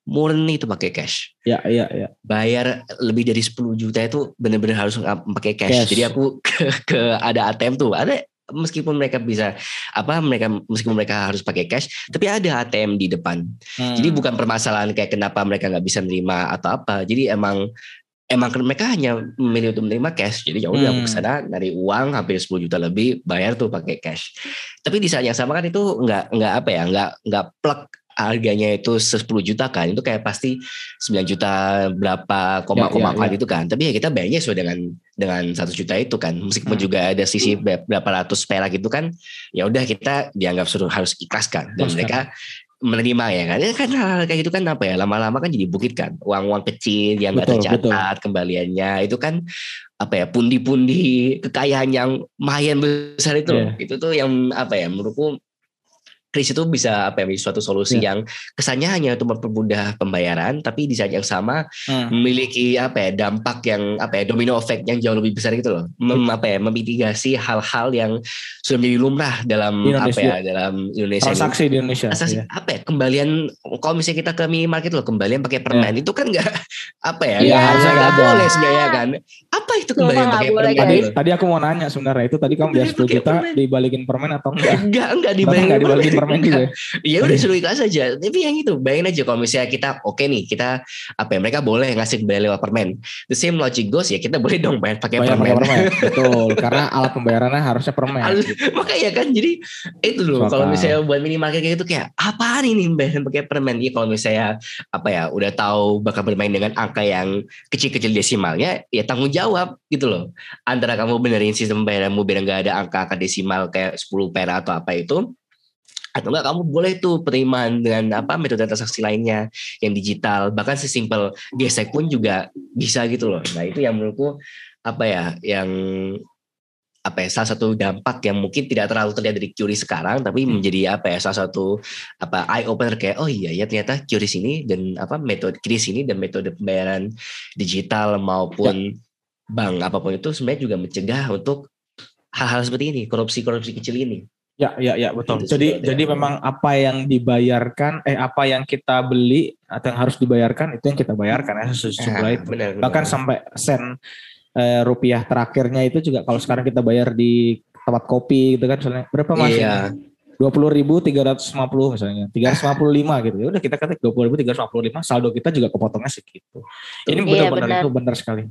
murni itu pakai cash. Ya, iya, iya. Bayar lebih dari sepuluh juta itu benar-benar harus pakai cash. Cash. Jadi aku ke, ke ada A T M tuh, ada meskipun mereka bisa apa mereka meskipun mereka harus pakai cash, tapi ada A T M di depan. Hmm. Jadi bukan permasalahan kayak kenapa mereka nggak bisa nerima atau apa. Jadi emang emang mereka hanya memilih untuk menerima cash. Jadi ya udah Hmm. aku kesana dari uang hampir sepuluh juta lebih, bayar tuh pakai cash. Tapi di saat yang sama kan itu nggak nggak apa ya nggak nggak plug harganya itu sepuluh juta kan, itu kayak pasti sembilan juta berapa koma-koma Ya, ya, ya. itu kan. Tapi ya kita bayarnya sesuai dengan dengan satu juta itu kan. Meskipun Hmm. juga ada sisi berapa ratus perak itu kan, ya udah kita dianggap suruh harus ikhlas kan. Dan Ikhlas kan. mereka menerima ya kan. Ya kan hal kayak gitu kan apa ya, lama-lama kan jadi bukit kan. Uang-uang kecil yang nggak Betul, tercatat kembaliannya itu kan apa ya, pundi-pundi kekayaan yang lumayan besar itu. Yeah. Itu tuh yang apa ya, menurutku kris itu bisa apa ya, suatu solusi Yeah. yang kesannya hanya untuk mempermudah pembayaran, tapi di saat yang sama Hmm. memiliki apa ya, dampak yang apa ya, domino effect yang jauh lebih besar gitu loh. Mem, apa ya, memitigasi hal-hal yang sudah menjadi lumrah dalam Di apa Indonesia. ya, dalam Indonesia ini. Transaksi di Indonesia. Transaksi Iya. apa ya, kembalian kalau misalnya kita ke minimarket loh, kembalian pakai permen Yeah. itu kan nggak apa ya, Iya, nggak harusnya nggak nggak ada. boleh sebenarnya kan. Apa itu Sumpah kembalian nggak pakai boleh, permen? Tadi, guys. gitu? tadi aku mau nanya sebenarnya itu tadi kamu biar sepuluh Pakai juta permen. dibalikin permen atau enggak? Enggak, enggak Berarti dibalikin enggak dibalikin permen juga ya? Ya udah suruh ikhlas aja. Tapi yang itu, bayangin aja kalau misalnya kita oke nih, kita apa ya, mereka boleh ngasih kembali lewat permen. The same logic goes ya, kita boleh dong bayar pakai Bayar permen. pakai permen. Betul, karena alat pembayarannya harusnya permen. Harus- Makanya kan, jadi itu loh. Masuk Kalau akal. misalnya buat minimarket kayak gitu, kayak apaan ini bayar pakai permen? Ya kalau misalnya apa ya, udah tahu bakal bermain dengan angka yang kecil-kecil desimalnya, ya tanggung jawab gitu loh. Antara kamu benerin sistem pembayaranmu biar nggak ada angka-angka desimal kayak sepuluh perak atau apa itu, atau enggak kamu boleh tuh penerimaan dengan apa, metode transaksi lainnya yang digital, bahkan sesimpel gesek pun juga bisa gitu loh. Nah itu yang menurutku apa ya, yang apa ya, salah satu dampak yang mungkin tidak terlalu terlihat dari Q R I S sekarang, tapi menjadi apa ya, salah satu apa eye opener, kayak oh iya ya ternyata Q R I S ini dan apa metode Q R I S ini dan metode pembayaran digital maupun bank apapun itu sebenarnya juga mencegah untuk hal-hal seperti ini, korupsi-korupsi kecil ini. Ya, ya, ya, betul. Itu Jadi, sebetulnya. jadi memang apa yang dibayarkan, eh apa yang kita beli atau yang harus dibayarkan itu yang kita bayarkan ya, sejumlah Ah, itu. benar, benar. Bahkan sampai sen eh, rupiah terakhirnya itu juga kalau sekarang kita bayar di tempat kopi gitu kan, misalnya berapa mas? Iya. Dua puluh ribu tiga ratus lima puluh misalnya, tiga ratus lima puluh lima gitu. Ya udah kita ketik dua puluh ribu tiga ratus lima puluh lima, saldo kita juga kepotongnya segitu. Ini Iya, benar-benar benar. itu benar sekali.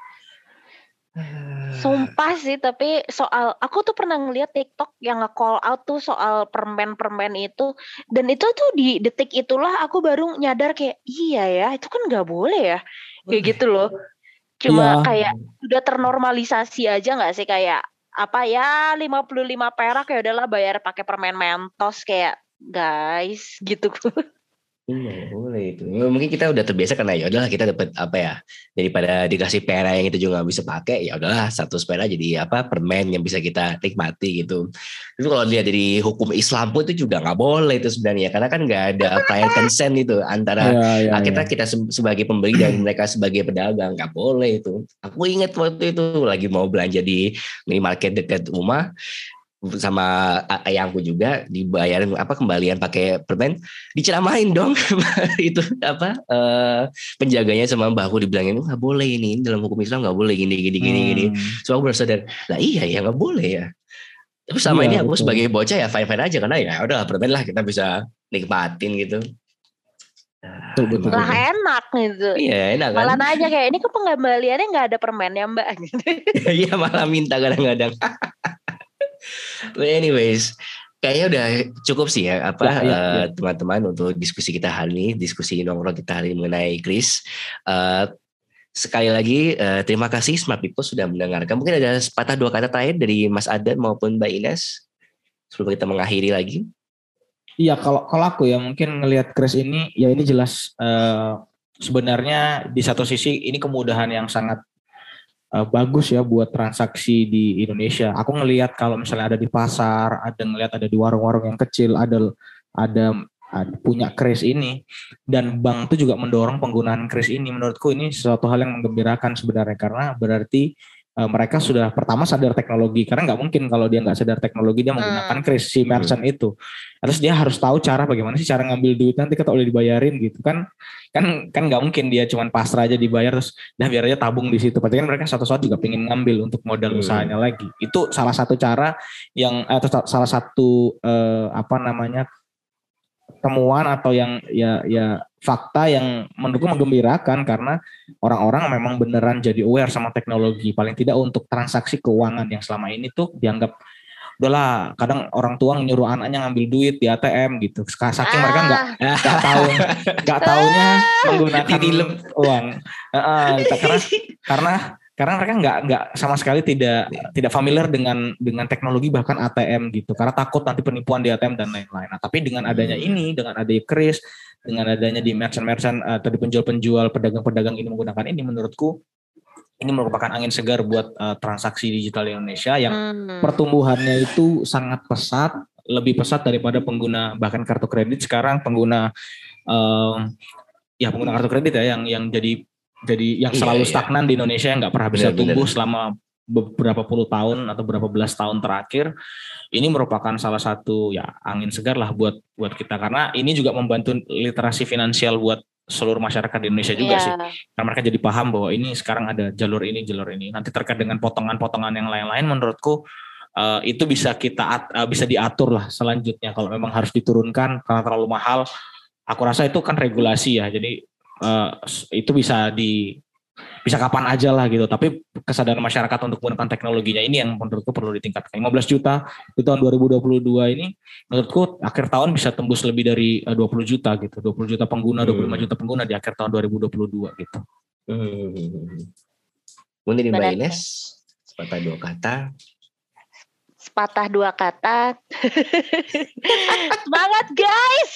Sumpah sih, tapi soal aku tuh pernah ngeliat TikTok yang nge-call out tuh soal permen-permen itu, dan itu tuh di detik itulah aku baru nyadar kayak iya ya, itu kan nggak boleh ya, kayak gitu loh. Cuma Iya. kayak udah ternormalisasi aja nggak sih, kayak apa ya, lima puluh lima perak ya udahlah bayar pakai permen Mentos, kayak guys gitu. Iya, boleh itu. Mungkin kita udah terbiasa karena ya udahlah kita dapat apa ya, daripada dikasih pera yang itu juga nggak bisa pakai, ya udahlah satu pera jadi apa, permen yang bisa kita nikmati gitu. Itu kalau lihat dari hukum Islam pun itu juga nggak boleh itu sebenarnya, karena kan nggak ada prior consent itu antara Iya, iya, nah, kita iya. kita se- sebagai pembeli dan mereka sebagai pedagang, nggak boleh itu. Aku ingat waktu itu lagi mau belanja di minimarket dekat rumah sama ayahku juga, dibayarin apa kembalian pakai permen, diceramain dong itu apa eh, penjaganya sama mbakku, dibilangin nggak boleh ini dalam hukum Islam nggak boleh gini gini gini gini. Hmm. So aku baru sadar, lah iya ya nggak boleh ya. Tapi sama Iya, ini aku betul. sebagai bocah ya fine fine aja, karena ya udah permen lah kita bisa nikmatin gitu. Nah, Betul, betul, Lah betul. enak gitu. iya enak kan. Malah nanya kayak ini kok pengembaliannya nggak ada permennya mbak gitu. Iya malah minta kadang-kadang. But anyways, kayaknya udah cukup sih ya apa Ya, ya, eh, ya. teman-teman untuk diskusi kita hari ini, diskusi nongkrong kita hari ini mengenai Kris. Eh, sekali lagi eh, terima kasih Smart People sudah mendengarkan. Mungkin ada sepatah dua kata terakhir dari Mas Adan maupun Mbak Ines sebelum kita mengakhiri lagi. Iya, kalau kalau aku ya mungkin ngelihat Kris ini, ya ini jelas eh, sebenarnya di satu sisi ini kemudahan yang sangat eh, bagus ya buat transaksi di Indonesia. Aku ngelihat kalau misalnya ada di pasar, ada ngelihat ada di warung-warung yang kecil, ada ada, ada punya Kris ini, dan bank itu juga mendorong penggunaan Kris ini. Menurutku ini suatu hal yang menggembirakan sebenarnya, karena berarti uh, mereka sudah pertama sadar teknologi, karena nggak mungkin kalau dia nggak sadar teknologi dia menggunakan kris si merchant hmm. itu. Terus dia harus tahu cara bagaimana sih cara ngambil duit nanti kalau udah dibayarin gitu kan, kan kan nggak mungkin dia cuma pasrah aja dibayar terus dah biar aja tabung di situ. Berarti kan mereka suatu saat juga pengen ngambil untuk modal hmm. usahanya lagi. Itu salah satu cara yang atau salah satu uh, apa namanya temuan atau yang ya ya fakta yang menurutku menggembirakan, karena orang-orang memang beneran jadi aware sama teknologi, paling tidak untuk transaksi keuangan yang selama ini tuh dianggap udahlah, kadang orang tua nyuruh anaknya ngambil duit di A T M gitu, saking ah. mereka nggak nggak tahu nggak taunya menggunakan uang uh, karena karena karena mereka nggak nggak sama sekali tidak tidak familiar dengan dengan teknologi bahkan A T M gitu, karena takut nanti penipuan di A T M dan lain-lain. Nah, tapi dengan adanya ini, dengan adanya kris, dengan adanya di merchant-merchant atau di penjual-penjual, pedagang-pedagang ini menggunakan ini, menurutku ini merupakan angin segar buat uh, transaksi digital di Indonesia yang hmm. pertumbuhannya itu sangat pesat, lebih pesat daripada pengguna bahkan kartu kredit sekarang, pengguna uh, ya pengguna kartu kredit ya yang yang jadi jadi yang selalu iya, stagnan iya. di Indonesia yang nggak pernah bisa bener, tumbuh bener. selama beberapa puluh tahun atau beberapa belas tahun terakhir. Ini merupakan salah satu ya angin segar lah buat buat kita, karena ini juga membantu literasi finansial buat seluruh masyarakat di Indonesia juga yeah. sih. Karena mereka jadi paham bahwa ini sekarang ada jalur ini, jalur ini. Nanti terkait dengan potongan-potongan yang lain-lain, menurutku uh, itu bisa kita uh, bisa diatur lah selanjutnya kalau memang harus diturunkan karena terlalu mahal. Aku rasa itu kan regulasi ya. Jadi Uh, itu bisa di bisa kapan aja lah gitu, tapi kesadaran masyarakat untuk menggunakan teknologinya ini yang menurutku perlu ditingkatkan. lima belas juta di tahun dua ribu dua puluh dua ini menurutku akhir tahun bisa tembus lebih dari uh, dua puluh juta gitu, dua puluh juta pengguna, hmm. dua puluh lima juta pengguna di akhir tahun dua ribu dua puluh dua gitu. Hmm. Mungkin Mbak Ines sepatah dua kata. Sepatah dua kata. Semangat guys.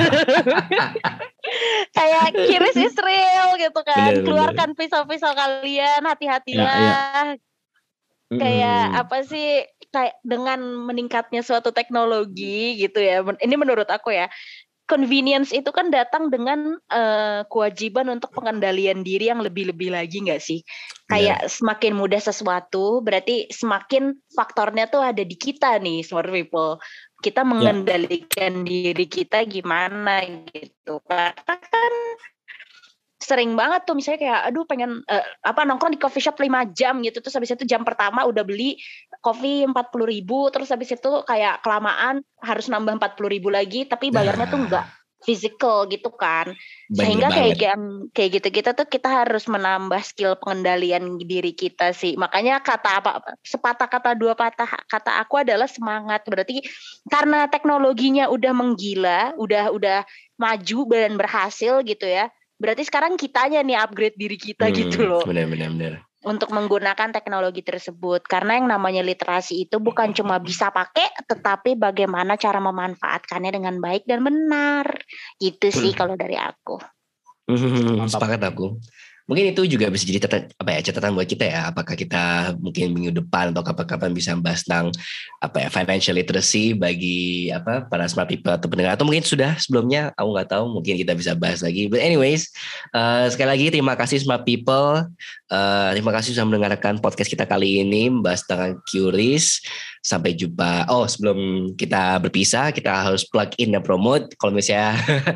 Kayak Kiris is real gitu kan. Bener, keluarkan bener. pisau-pisau kalian, hati-hatilah. Ya, ya. Kayak hmm. apa sih, kayak dengan meningkatnya suatu teknologi gitu ya. Ini menurut aku ya, convenience itu kan datang dengan uh, kewajiban untuk pengendalian diri yang lebih-lebih lagi nggak sih? Kayak yeah. semakin mudah sesuatu, berarti semakin faktornya tuh ada di kita nih, smart people. Kita mengendalikan yeah. diri kita gimana gitu. Karena kan sering banget tuh misalnya kayak aduh pengen uh, apa nongkrong di coffee shop lima jam gitu, terus habis itu jam pertama udah beli kopi empat puluh ribu, terus habis itu kayak kelamaan harus nambah empat puluh ribu lagi, tapi bayarnya tuh enggak physical gitu kan. Bener Sehingga banget. kayak kayak gitu kita tuh kita harus menambah skill pengendalian diri kita sih. Makanya kata apa sepatah kata dua patah kata aku adalah semangat. Berarti karena teknologinya udah menggila, udah udah maju dan berhasil gitu ya. Berarti sekarang kitanya nih upgrade diri kita hmm, gitu loh. Benar-benar. Untuk menggunakan teknologi tersebut. Karena yang namanya literasi itu bukan cuma bisa pakai, tetapi bagaimana cara memanfaatkannya dengan baik dan benar. Itu sih hmm. kalau dari aku. Hmm, sepakat aku. Mungkin itu juga bisa jadi catatan, apa ya, catatan buat kita ya. Apakah kita mungkin minggu depan atau kapan-kapan bisa bahas tentang apa ya, financial literacy bagi apa para smart people atau pendengar, atau mungkin sudah sebelumnya, aku nggak tahu, mungkin kita bisa bahas lagi. But anyways, uh, sekali lagi terima kasih smart people. Uh, terima kasih sudah mendengarkan podcast kita kali ini membahas tentang Qris. Sampai jumpa. Oh, sebelum kita berpisah, kita harus plug in dan promote. Kalau misalnya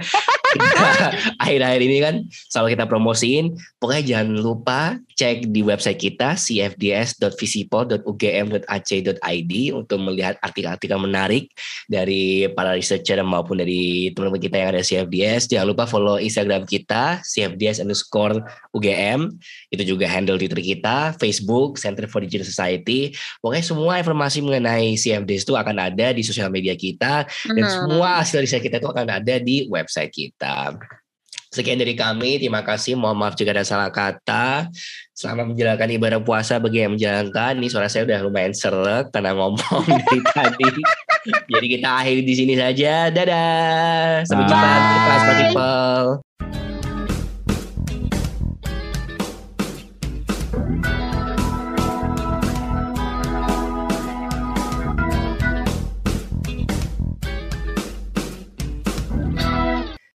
akhir-akhir ini kan selalu kita promosiin. Pokoknya jangan lupa cek di website kita c f d s dot visipol dot u g m dot a c dot i d untuk melihat artikel-artikel menarik dari para researcher maupun dari teman-teman kita yang ada C F D S. Jangan lupa follow Instagram kita C F D S underscore U G M. Itu juga handle Twitter kita, Facebook Center for Digital Society. Pokoknya semua informasi mengenai C F D S itu akan ada di sosial media kita, dan hmm. semua hasil riset kita itu akan ada di website kita. Sekian dari kami, terima kasih, mohon maaf jika ada salah kata. Selamat menjalankan ibadah puasa bagi yang menjalankan. Ini suara saya udah lumayan serek karena ngomong dari tadi. Jadi kita akhiri di sini saja. Dadah. Sampai jumpa di kelas people.